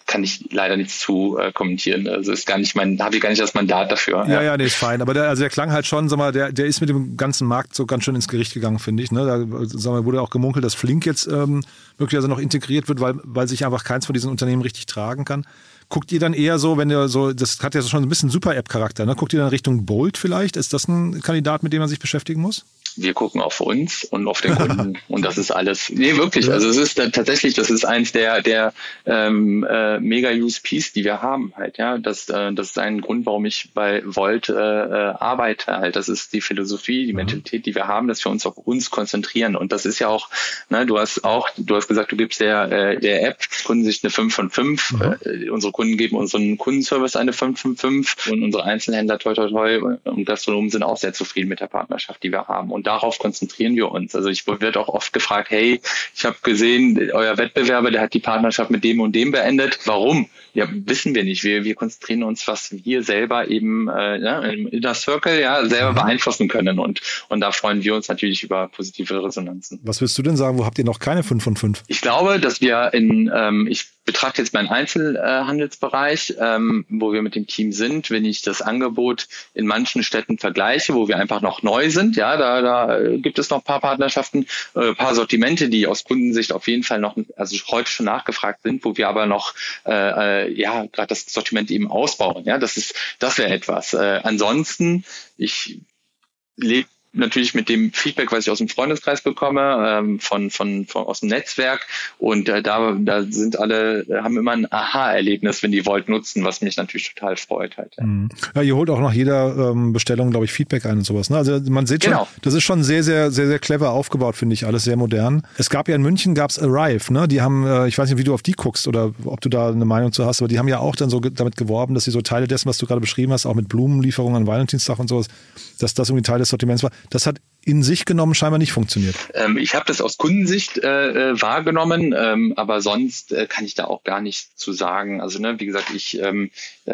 kann ich leider nichts zu äh, kommentieren. Also ist gar nicht mein, habe ich gar nicht das Mandat dafür. Ja, ja, ja, nee, ist fein. Aber der, also der klang halt schon, sag mal, der, der ist mit dem ganzen Markt so ganz schön ins Gericht gegangen, finde ich. Ne? Da sag mal, wurde auch gemunkelt, dass Flink jetzt ähm, möglicherweise noch integriert wird, weil, weil sich einfach keins von diesen Unternehmen richtig tragen kann. Guckt ihr dann eher so, wenn ihr so, das hat ja schon ein bisschen Super-App-Charakter, ne? Guckt ihr dann Richtung Bolt vielleicht? Ist das ein Kandidat, mit dem man sich beschäftigen muss? Wir gucken auf uns und auf den Kunden und das ist alles. Nee, wirklich. Also es ist äh, tatsächlich, das ist eins der der ähm, äh, Mega-U S Ps, die wir haben halt. Ja, das äh, das ist ein Grund, warum ich bei Volt äh, äh, arbeite. Halt, das ist die Philosophie, die Mentalität, die wir haben, dass wir uns auf uns konzentrieren. Und das ist ja auch. Ne, du hast auch, du hast gesagt, du gibst der äh, der App Kundensicht eine fünf von fünf. Mhm. Äh, unsere Kunden geben unseren Kundenservice eine fünf von fünf und unsere Einzelhändler toi toi toi und Gastronomen sind auch sehr zufrieden mit der Partnerschaft, die wir haben. Und darauf konzentrieren wir uns. Also ich werde auch oft gefragt, hey, ich habe gesehen, euer Wettbewerber, der hat die Partnerschaft mit dem und dem beendet. Warum? Ja, wissen wir nicht. Wir, wir konzentrieren uns, was wir selber eben äh, ja, im Inner Circle ja selber beeinflussen können. Und, und da freuen wir uns natürlich über positive Resonanzen. Was willst du denn sagen? Wo habt ihr noch keine fünf von fünf? Ich glaube, dass wir in, ähm, ich betrachte jetzt meinen Einzelhandelsbereich, ähm, wo wir mit dem Team sind. Wenn ich das Angebot in manchen Städten vergleiche, wo wir einfach noch neu sind, ja, da, da gibt es noch ein paar Partnerschaften, äh, ein paar Sortimente, die aus Kundensicht auf jeden Fall noch, also heute schon nachgefragt sind, wo wir aber noch, äh, ja, gerade das Sortiment eben ausbauen. Ja, das ist, das wäre etwas. Äh, ansonsten, ich lebe natürlich mit dem Feedback, was ich aus dem Freundeskreis bekomme, ähm, von, von, von aus dem Netzwerk und äh, da, da sind alle, haben immer ein Aha-Erlebnis, wenn die Volt nutzen, was mich natürlich total freut halt. Ja, mhm. Ja, ihr holt auch nach jeder ähm, Bestellung, glaube ich, Feedback ein und sowas. Ne? Also man sieht schon, genau. Das ist schon sehr, sehr, sehr, sehr clever aufgebaut, finde ich, alles sehr modern. Es gab ja in München, gab es Arrive, ne? Die haben, äh, ich weiß nicht, wie du auf die guckst oder ob du da eine Meinung zu hast, aber die haben ja auch dann so ge- damit geworben, dass sie so Teile dessen, was du gerade beschrieben hast, auch mit Blumenlieferungen an Valentinstag und sowas, dass das irgendwie Teil des Sortiments war. Das hat in sich genommen scheinbar nicht funktioniert. Ähm, ich habe das aus Kundensicht äh, wahrgenommen, ähm, aber sonst äh, kann ich da auch gar nichts zu sagen. Also ne, wie gesagt, ich ähm,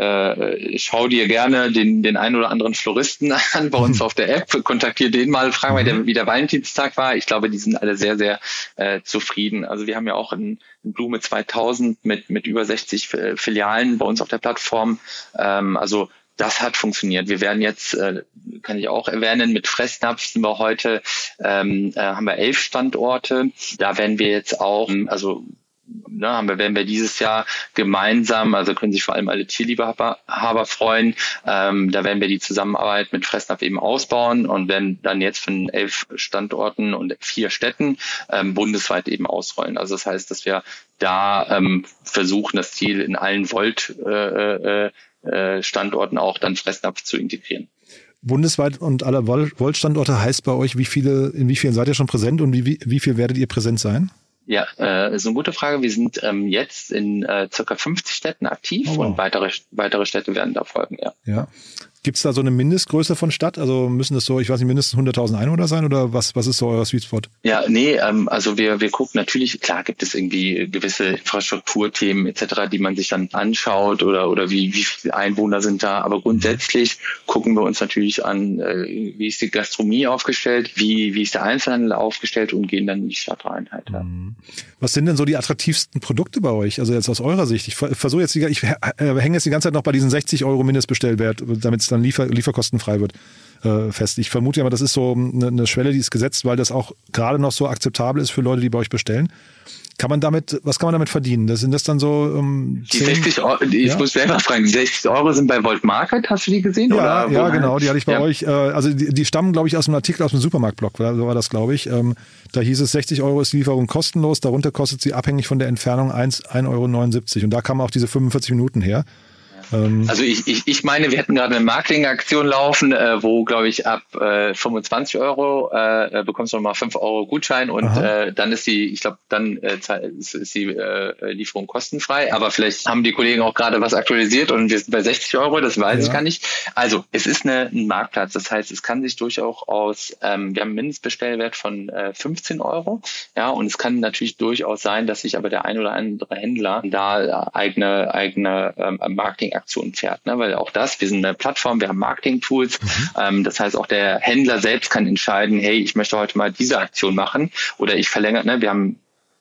äh, schaue dir gerne den den einen oder anderen Floristen an bei uns auf der App, kontaktiere den mal, frage mal, der, wie der Valentinstag war. Ich glaube, die sind alle sehr, sehr äh, zufrieden. Also wir haben ja auch ein Blume zweitausend mit mit über sechzig Filialen bei uns auf der Plattform. Ähm, also das hat funktioniert. Wir werden jetzt, äh, kann ich auch erwähnen, mit Fressnapf sind wir heute, ähm, äh, haben wir elf Standorte. Da werden wir jetzt auch, also ne, haben wir, werden wir dieses Jahr gemeinsam, also können sich vor allem alle Tierliebhaber freuen, ähm, da werden wir die Zusammenarbeit mit Fressnapf eben ausbauen und werden dann jetzt von elf Standorten und vier Städten ähm, bundesweit eben ausrollen. Also das heißt, dass wir da ähm, versuchen, das Ziel in allen Volt äh, äh, Standorten auch dann Fressnapf zu integrieren. Bundesweit und alle Volt-Standorte heißt bei euch, wie viele, in wie vielen seid ihr schon präsent und wie, wie viel werdet ihr präsent sein? Ja, äh, ist eine gute Frage. Wir sind ähm, jetzt in äh, circa fünfzig Städten aktiv oh, wow. und weitere weitere Städte werden da folgen, ja. Ja. Gibt es da so eine Mindestgröße von Stadt? Also müssen das so, ich weiß nicht, mindestens hunderttausend Einwohner sein oder was, was ist so euer Sweet Spot? Ja, nee, ähm, also wir, wir gucken natürlich, klar gibt es irgendwie gewisse Infrastrukturthemen et cetera, die man sich dann anschaut oder, oder wie, wie viele Einwohner sind da. Aber grundsätzlich gucken wir uns natürlich an, äh, wie ist die Gastronomie aufgestellt, wie, wie ist der Einzelhandel aufgestellt und gehen dann in die Stadt rein halt. Ja. Was sind denn so die attraktivsten Produkte bei euch? Also jetzt aus eurer Sicht. Ich versuche jetzt, die, ich hänge jetzt die ganze Zeit noch bei diesen sechzig Euro Mindestbestellwert, damit es dann Liefer, lieferkostenfrei wird, äh, fest. Ich vermute ja mal, das ist so eine, eine Schwelle, die ist gesetzt, weil das auch gerade noch so akzeptabel ist für Leute, die bei euch bestellen. Kann man damit, was kann man damit verdienen? Das sind das dann so ähm, die sechzig Euro, ich ja? muss selber fragen, die sechzig Euro sind bei Volt Market, hast du die gesehen? Ja, oder ja genau, die hatte ich bei ja. euch, äh, also die, die stammen, glaube ich, aus einem Artikel aus dem Supermarktblog, so war das, glaube ich. Ähm, da hieß es, sechzig Euro ist die Lieferung kostenlos, darunter kostet sie abhängig von der Entfernung ein Euro neunundsiebzig und da kamen auch diese fünfundvierzig Minuten her. Also ich, ich, ich meine, wir hätten gerade eine Marketingaktion laufen, äh, wo, glaube ich, ab äh, fünfundzwanzig Euro äh, bekommst du nochmal fünf Euro Gutschein und äh, dann ist die, ich glaube, dann äh, ist, ist die äh, Lieferung kostenfrei. Aber vielleicht haben die Kollegen auch gerade was aktualisiert und wir sind bei sechzig Euro, das weiß ja. ich gar nicht. Also es ist eine, ein Marktplatz, das heißt, es kann sich durchaus aus, ähm, wir haben einen Mindestbestellwert von äh, fünfzehn Euro, ja, und es kann natürlich durchaus sein, dass sich aber der ein oder andere Händler da eigene, eigene ähm, Marketing Aktion fährt, ne? Weil auch das, wir sind eine Plattform, wir haben Marketing-Tools, mhm. ähm, das heißt auch der Händler selbst kann entscheiden, hey, ich möchte heute mal diese Aktion machen oder ich verlängere, ne? Wir haben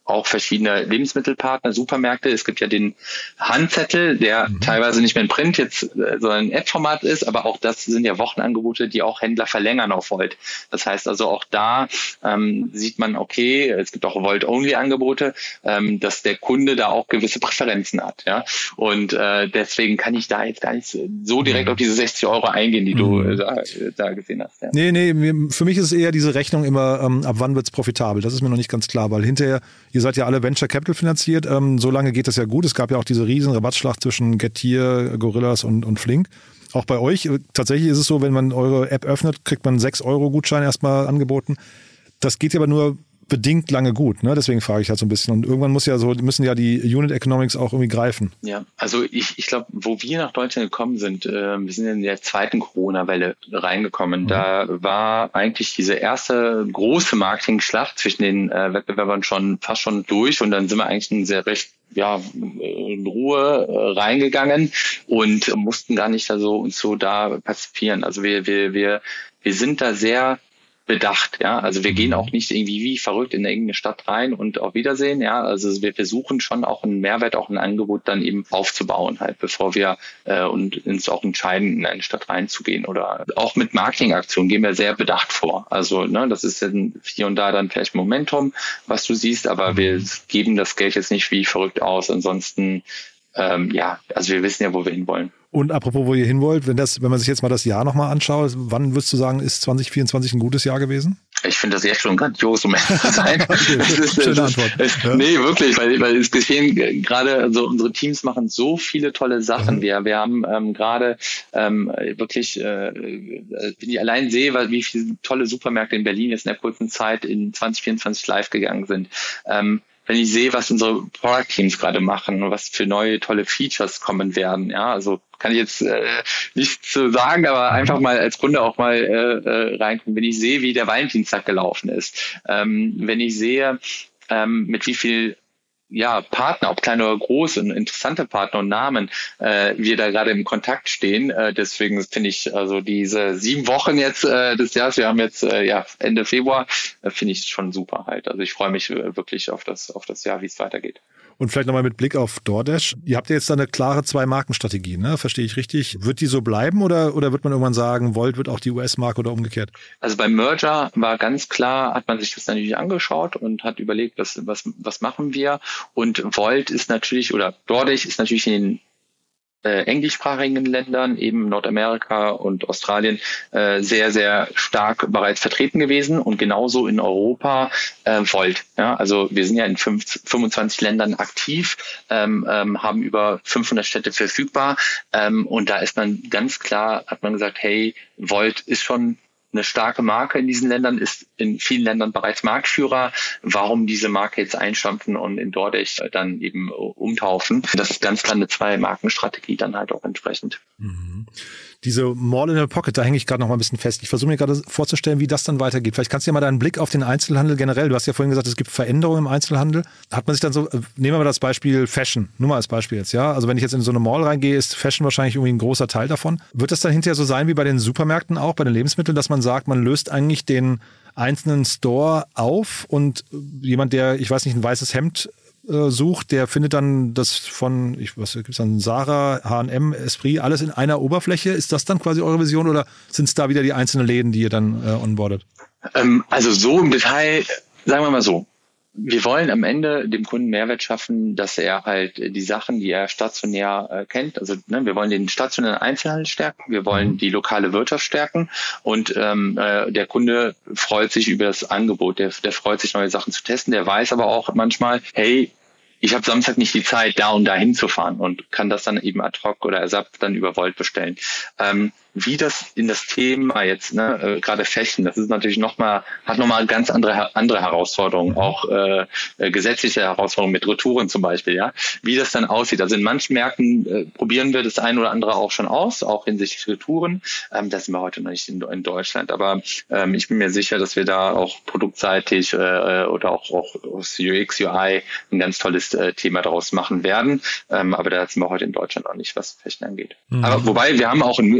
auch verschiedene Lebensmittelpartner, Supermärkte. Es gibt ja den Handzettel, der mhm. teilweise nicht mehr in Print jetzt, äh, sondern in App-Format ist, aber auch das sind ja Wochenangebote, die auch Händler verlängern auf Volt. Das heißt also auch da ähm, sieht man, okay, es gibt auch Volt-Only-Angebote, ähm, dass der Kunde da auch gewisse Präferenzen hat. Ja, und äh, deswegen kann ich da jetzt gar nicht so direkt mhm. auf diese sechzig Euro eingehen, die mhm. du äh, da, da gesehen hast. Ja. Nee, nee, für mich ist es eher diese Rechnung immer, ähm, ab wann wird es profitabel? Das ist mir noch nicht ganz klar, weil hinterher, ihr seid ja alle Venture Capital finanziert, ähm, so lange geht das ja gut. Es gab ja auch diese riesen Rabattschlacht zwischen Getir, Gorillas und, und Flink. Auch bei euch, tatsächlich ist es so, wenn man eure App öffnet, kriegt man einen sechs Euro Gutschein erstmal angeboten. Das geht ja aber nur bedingt lange gut, ne? Deswegen frage ich halt so ein bisschen. Und irgendwann muss ja so, müssen ja die Unit Economics auch irgendwie greifen. Ja, also ich, ich glaube, wo wir nach Deutschland gekommen sind, äh, wir sind in der zweiten Corona-Welle reingekommen. Mhm. Da war eigentlich diese erste große Marketing-Schlacht zwischen den äh, Wettbewerbern schon fast schon durch und dann sind wir eigentlich in sehr recht ja, in Ruhe äh, reingegangen und mussten gar nicht da so uns so da pazifieren. Also wir, wir, wir, wir sind da sehr bedacht, ja, also wir gehen auch nicht irgendwie wie verrückt in irgendeine Stadt rein und auf Wiedersehen, ja, also wir versuchen schon auch einen Mehrwert, auch ein Angebot dann eben aufzubauen halt, bevor wir äh, und uns auch entscheiden, in eine Stadt reinzugehen oder auch mit Marketingaktionen gehen wir sehr bedacht vor, also ne, das ist dann hier und da dann vielleicht Momentum, was du siehst, aber wir geben das Geld jetzt nicht wie verrückt aus, ansonsten ähm, ja, also wir wissen ja, wo wir hinwollen. Und apropos, wo ihr hin wollt, wenn das, wenn man sich jetzt mal das Jahr nochmal anschaut, wann würdest du sagen, ist zwanzig vierundzwanzig ein gutes Jahr gewesen? Ich finde das jetzt schon grandios, um ehrlich zu sein. Okay, das ist, schöne das Antwort. Ist, ja. Nee, wirklich, weil, weil es geschehen gerade, also unsere Teams machen so viele tolle Sachen. Mhm. Wir, wir haben ähm, gerade ähm, wirklich, äh, wenn ich allein sehe, wie viele tolle Supermärkte in Berlin jetzt in der kurzen Zeit in zwanzig vierundzwanzig live gegangen sind. Ähm, wenn ich sehe, was unsere Product Teams gerade machen und was für neue tolle Features kommen werden, ja, also kann ich jetzt äh, nicht so sagen, aber einfach mal als Kunde auch mal äh, reinkommen. Wenn ich sehe, wie der Valentinstag gelaufen ist, ähm, wenn ich sehe, ähm, mit wie viel ja, Partner, ob kleine oder große, interessante Partner und Namen, äh, wir da gerade im Kontakt stehen. Äh, deswegen finde ich also diese sieben Wochen jetzt äh, des Jahres, wir haben jetzt äh, ja Ende Februar, äh, finde ich schon super halt. Also ich freue mich äh, wirklich auf das auf das Jahr, wie es weitergeht. Und vielleicht nochmal mit Blick auf DoorDash. Ihr habt ja jetzt da eine klare Zwei-Marken-Strategie, ne? Verstehe ich richtig? Wird die so bleiben oder, oder wird man irgendwann sagen, Volt wird auch die U S-Marke oder umgekehrt? Also beim Merger war ganz klar, hat man sich das natürlich angeschaut und hat überlegt, was, was, was machen wir? Und Volt ist natürlich, oder DoorDash ist natürlich in den äh, englischsprachigen Ländern, eben Nordamerika und Australien, äh, sehr, sehr stark bereits vertreten gewesen und genauso in Europa äh, Volt. Ja, also wir sind ja in fünf, fünfundzwanzig Ländern aktiv, ähm, ähm, haben über fünfhundert Städte verfügbar ähm, und da ist man ganz klar, hat man gesagt, hey, Volt ist schon eine starke Marke in diesen Ländern, ist in vielen Ländern bereits Marktführer. Warum diese Marke jetzt einstampfen und in DoorDash dann eben umtaufen? Das ist ganz klar eine Zwei-Marken-Strategie dann halt auch entsprechend. Mhm. Diese Mall in the Pocket, da hänge ich gerade noch mal ein bisschen fest. Ich versuche mir gerade vorzustellen, wie das dann weitergeht. Vielleicht kannst du ja mal deinen Blick auf den Einzelhandel generell, du hast ja vorhin gesagt, es gibt Veränderungen im Einzelhandel. Hat man sich dann so, nehmen wir mal das Beispiel Fashion, nur mal als Beispiel jetzt, ja? Also wenn ich jetzt in so eine Mall reingehe, ist Fashion wahrscheinlich irgendwie ein großer Teil davon. Wird das dann hinterher so sein wie bei den Supermärkten auch, bei den Lebensmitteln, dass man sagt, man löst eigentlich den einzelnen Store auf und jemand, der, ich weiß nicht, ein weißes Hemd sucht, der findet dann das von, ich, was gibt's dann, Zara, H und M, Esprit, alles in einer Oberfläche. Ist das dann quasi eure Vision oder sind es da wieder die einzelnen Läden, die ihr dann äh, onboardet? Ähm, also so im Detail, sagen wir mal so, wir wollen am Ende dem Kunden Mehrwert schaffen, dass er halt die Sachen, die er stationär äh, kennt, also ne, wir wollen den stationären Einzelhandel stärken, wir wollen mhm. die lokale Wirtschaft stärken und ähm, äh, der Kunde freut sich über das Angebot, der, der freut sich, neue Sachen zu testen, der weiß aber auch manchmal, hey, ich habe Samstag nicht die Zeit, da und da hinzufahren und kann das dann eben ad hoc oder Ersatz dann über Volt bestellen. Ähm, wie das in das Thema jetzt, ne, äh, gerade Fashion, das ist natürlich nochmal, hat nochmal ganz andere andere Herausforderungen, auch äh, äh, gesetzliche Herausforderungen mit Retouren zum Beispiel, ja, wie das dann aussieht. Also in manchen Märkten äh, probieren wir das ein oder andere auch schon aus, auch hinsichtlich Retouren. Ähm, das sind wir heute noch nicht in, in Deutschland, aber ähm, ich bin mir sicher, dass wir da auch produktseitig äh, oder auch, auch aus U X, U I ein ganz tolles äh, Thema daraus machen werden. Ähm, aber da sind wir heute in Deutschland auch nicht, was Fashion angeht. Mhm. Aber wobei, wir haben auch in, in, in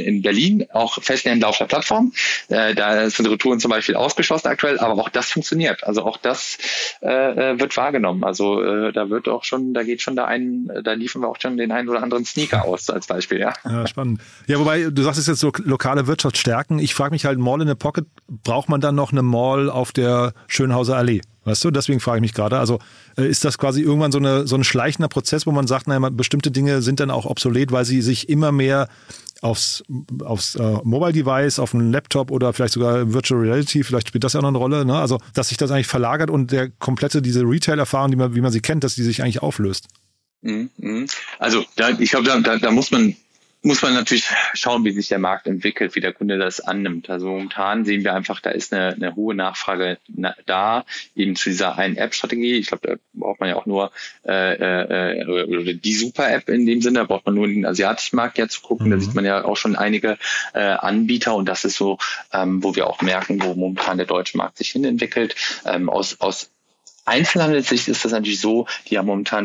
in Berlin auch Festnehmende auf der Plattform. Äh, da sind Retouren zum Beispiel ausgeschlossen aktuell, aber auch das funktioniert. Also auch das äh, wird wahrgenommen. Also äh, da wird auch schon, da geht schon da ein, da liefern wir auch schon den einen oder anderen Sneaker aus als Beispiel, ja. Ja, spannend. Ja, wobei, du sagst es jetzt so lokale Wirtschaft stärken. Ich frage mich halt, Mall in the Pocket, braucht man dann noch eine Mall auf der Schönhauser Allee? Weißt du, deswegen frage ich mich gerade. Also äh, ist das quasi irgendwann so eine so ein schleichender Prozess, wo man sagt, naja, bestimmte Dinge sind dann auch obsolet, weil sie sich immer mehr aufs, aufs äh, Mobile-Device, auf einen Laptop oder vielleicht sogar Virtual Reality, vielleicht spielt das ja auch noch eine Rolle, ne? Also dass sich das eigentlich verlagert und der komplette, diese Retail-Erfahrung, die man, wie man sie kennt, dass die sich eigentlich auflöst. Also da, ich glaube, da, da, da muss man muss man natürlich schauen, wie sich der Markt entwickelt, wie der Kunde das annimmt. Also momentan sehen wir einfach, da ist eine, eine hohe Nachfrage na, da, eben zu dieser einen App-Strategie. Ich glaube, da braucht man ja auch nur äh, äh, oder die Super-App in dem Sinne, da braucht man nur in den asiatischen Markt ja zu gucken. Mhm. Da sieht man ja auch schon einige äh, Anbieter und das ist so, ähm, wo wir auch merken, wo momentan der deutsche Markt sich hin entwickelt. Ähm, aus, aus Einzelhandelssicht ist das natürlich so, die haben momentan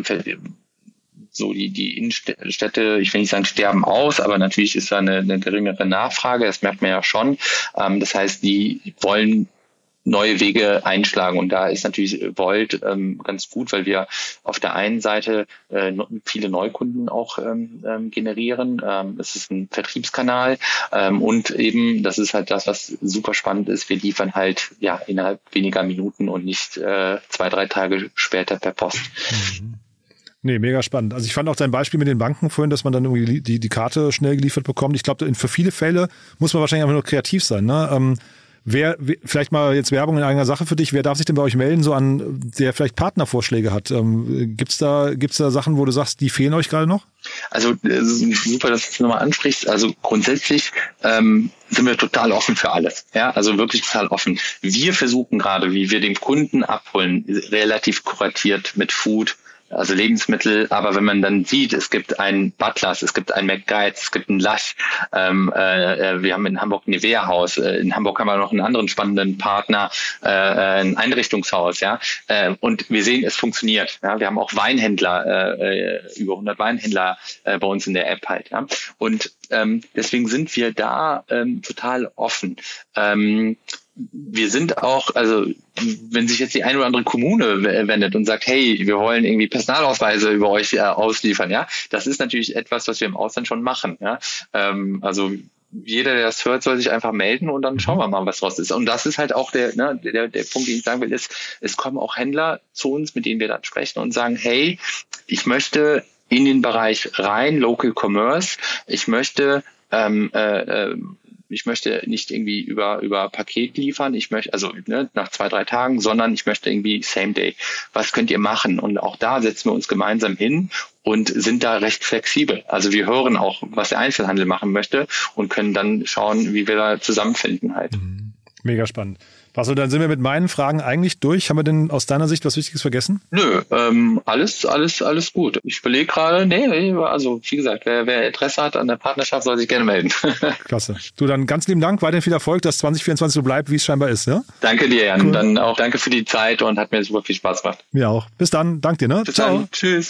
so die, die Innenstädte, ich will nicht sagen, sterben aus, aber natürlich ist da eine, eine geringere Nachfrage, das merkt man ja schon. Ähm, das heißt, die wollen neue Wege einschlagen und da ist natürlich Volt ähm, ganz gut, weil wir auf der einen Seite äh, viele Neukunden auch ähm, generieren. Ähm, es ist ein Vertriebskanal ähm, und eben, das ist halt das, was super spannend ist, wir liefern halt ja innerhalb weniger Minuten und nicht äh, zwei, drei Tage später per Post. Mhm. Nee, mega spannend. Also ich fand auch dein Beispiel mit den Banken vorhin, dass man dann irgendwie die, die Karte schnell geliefert bekommt. Ich glaube, für viele Fälle muss man wahrscheinlich einfach nur kreativ sein. Ne? Ähm, wer, vielleicht mal jetzt Werbung in eigener Sache für dich, wer darf sich denn bei euch melden, so an, der vielleicht Partnervorschläge hat? Ähm, gibt's da, gibt's da Sachen, wo du sagst, die fehlen euch gerade noch? Also es ist super, dass du es nochmal ansprichst. Also grundsätzlich ähm, sind wir total offen für alles. Ja, also wirklich total offen. Wir versuchen gerade, wie wir den Kunden abholen, relativ kuratiert mit Food, also Lebensmittel, aber wenn man dann sieht, es gibt einen Butlers, es gibt einen McGuides, es gibt einen Lush, ähm, äh, wir haben in Hamburg ein Nivea-Haus, äh, in Hamburg haben wir noch einen anderen spannenden Partner, äh, ein Einrichtungshaus, ja, äh, und wir sehen, es funktioniert. Ja? Wir haben auch Weinhändler, äh, über hundert Weinhändler äh, bei uns in der App halt, ja, und ähm, deswegen sind wir da ähm, total offen. Ähm, Wir sind auch, also wenn sich jetzt die eine oder andere Kommune wendet und sagt, hey, wir wollen irgendwie Personalausweise über euch äh, ausliefern, ja, das ist natürlich etwas, was wir im Ausland schon machen, ja. Ähm, also jeder, der das hört, soll sich einfach melden und dann schauen wir mal, was draus ist. Und das ist halt auch der, ne, der, der Punkt, den ich sagen will, ist, es kommen auch Händler zu uns, mit denen wir dann sprechen und sagen, hey, ich möchte in den Bereich rein, Local Commerce, ich möchte ähm, äh, äh, ich möchte nicht irgendwie über über Paket liefern, ich möchte, also ne, nach zwei, drei Tagen, sondern ich möchte irgendwie Same Day. Was könnt ihr machen? Und auch da setzen wir uns gemeinsam hin und sind da recht flexibel. Also wir hören auch, was der Einzelhandel machen möchte und können dann schauen, wie wir da zusammenfinden halt. Mega spannend. Bassel, dann sind wir mit meinen Fragen eigentlich durch. Haben wir denn aus deiner Sicht was Wichtiges vergessen? Nö, ähm, alles, alles, alles gut. Ich überlege gerade, nee, also wie gesagt, wer, wer Interesse hat an der Partnerschaft, soll sich gerne melden. Klasse. Du, dann ganz lieben Dank, weiterhin viel Erfolg, dass zwanzig vierundzwanzig so bleibt, wie es scheinbar ist. Ja? Danke dir, Jan. Cool. Dann auch danke für die Zeit und hat mir super viel Spaß gemacht. Mir auch. Bis dann. Dank dir. Ne? Bis Ciao. Dann. Tschüss.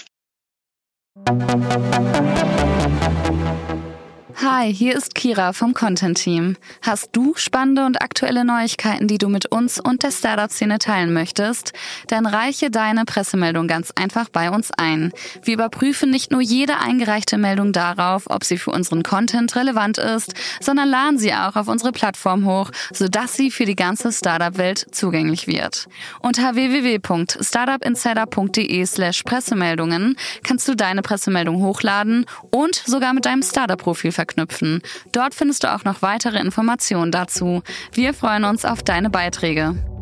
Hi, hier ist Kira vom Content-Team. Hast du spannende und aktuelle Neuigkeiten, die du mit uns und der Startup-Szene teilen möchtest? Dann reiche deine Pressemeldung ganz einfach bei uns ein. Wir überprüfen nicht nur jede eingereichte Meldung darauf, ob sie für unseren Content relevant ist, sondern laden sie auch auf unsere Plattform hoch, sodass sie für die ganze Startup-Welt zugänglich wird. Unter w w w punkt startupinsider punkt de slash Pressemeldungen kannst du deine Pressemeldung hochladen und sogar mit deinem Startup-Profil verknüpfen. Knüpfen. Dort findest du auch noch weitere Informationen dazu. Wir freuen uns auf deine Beiträge.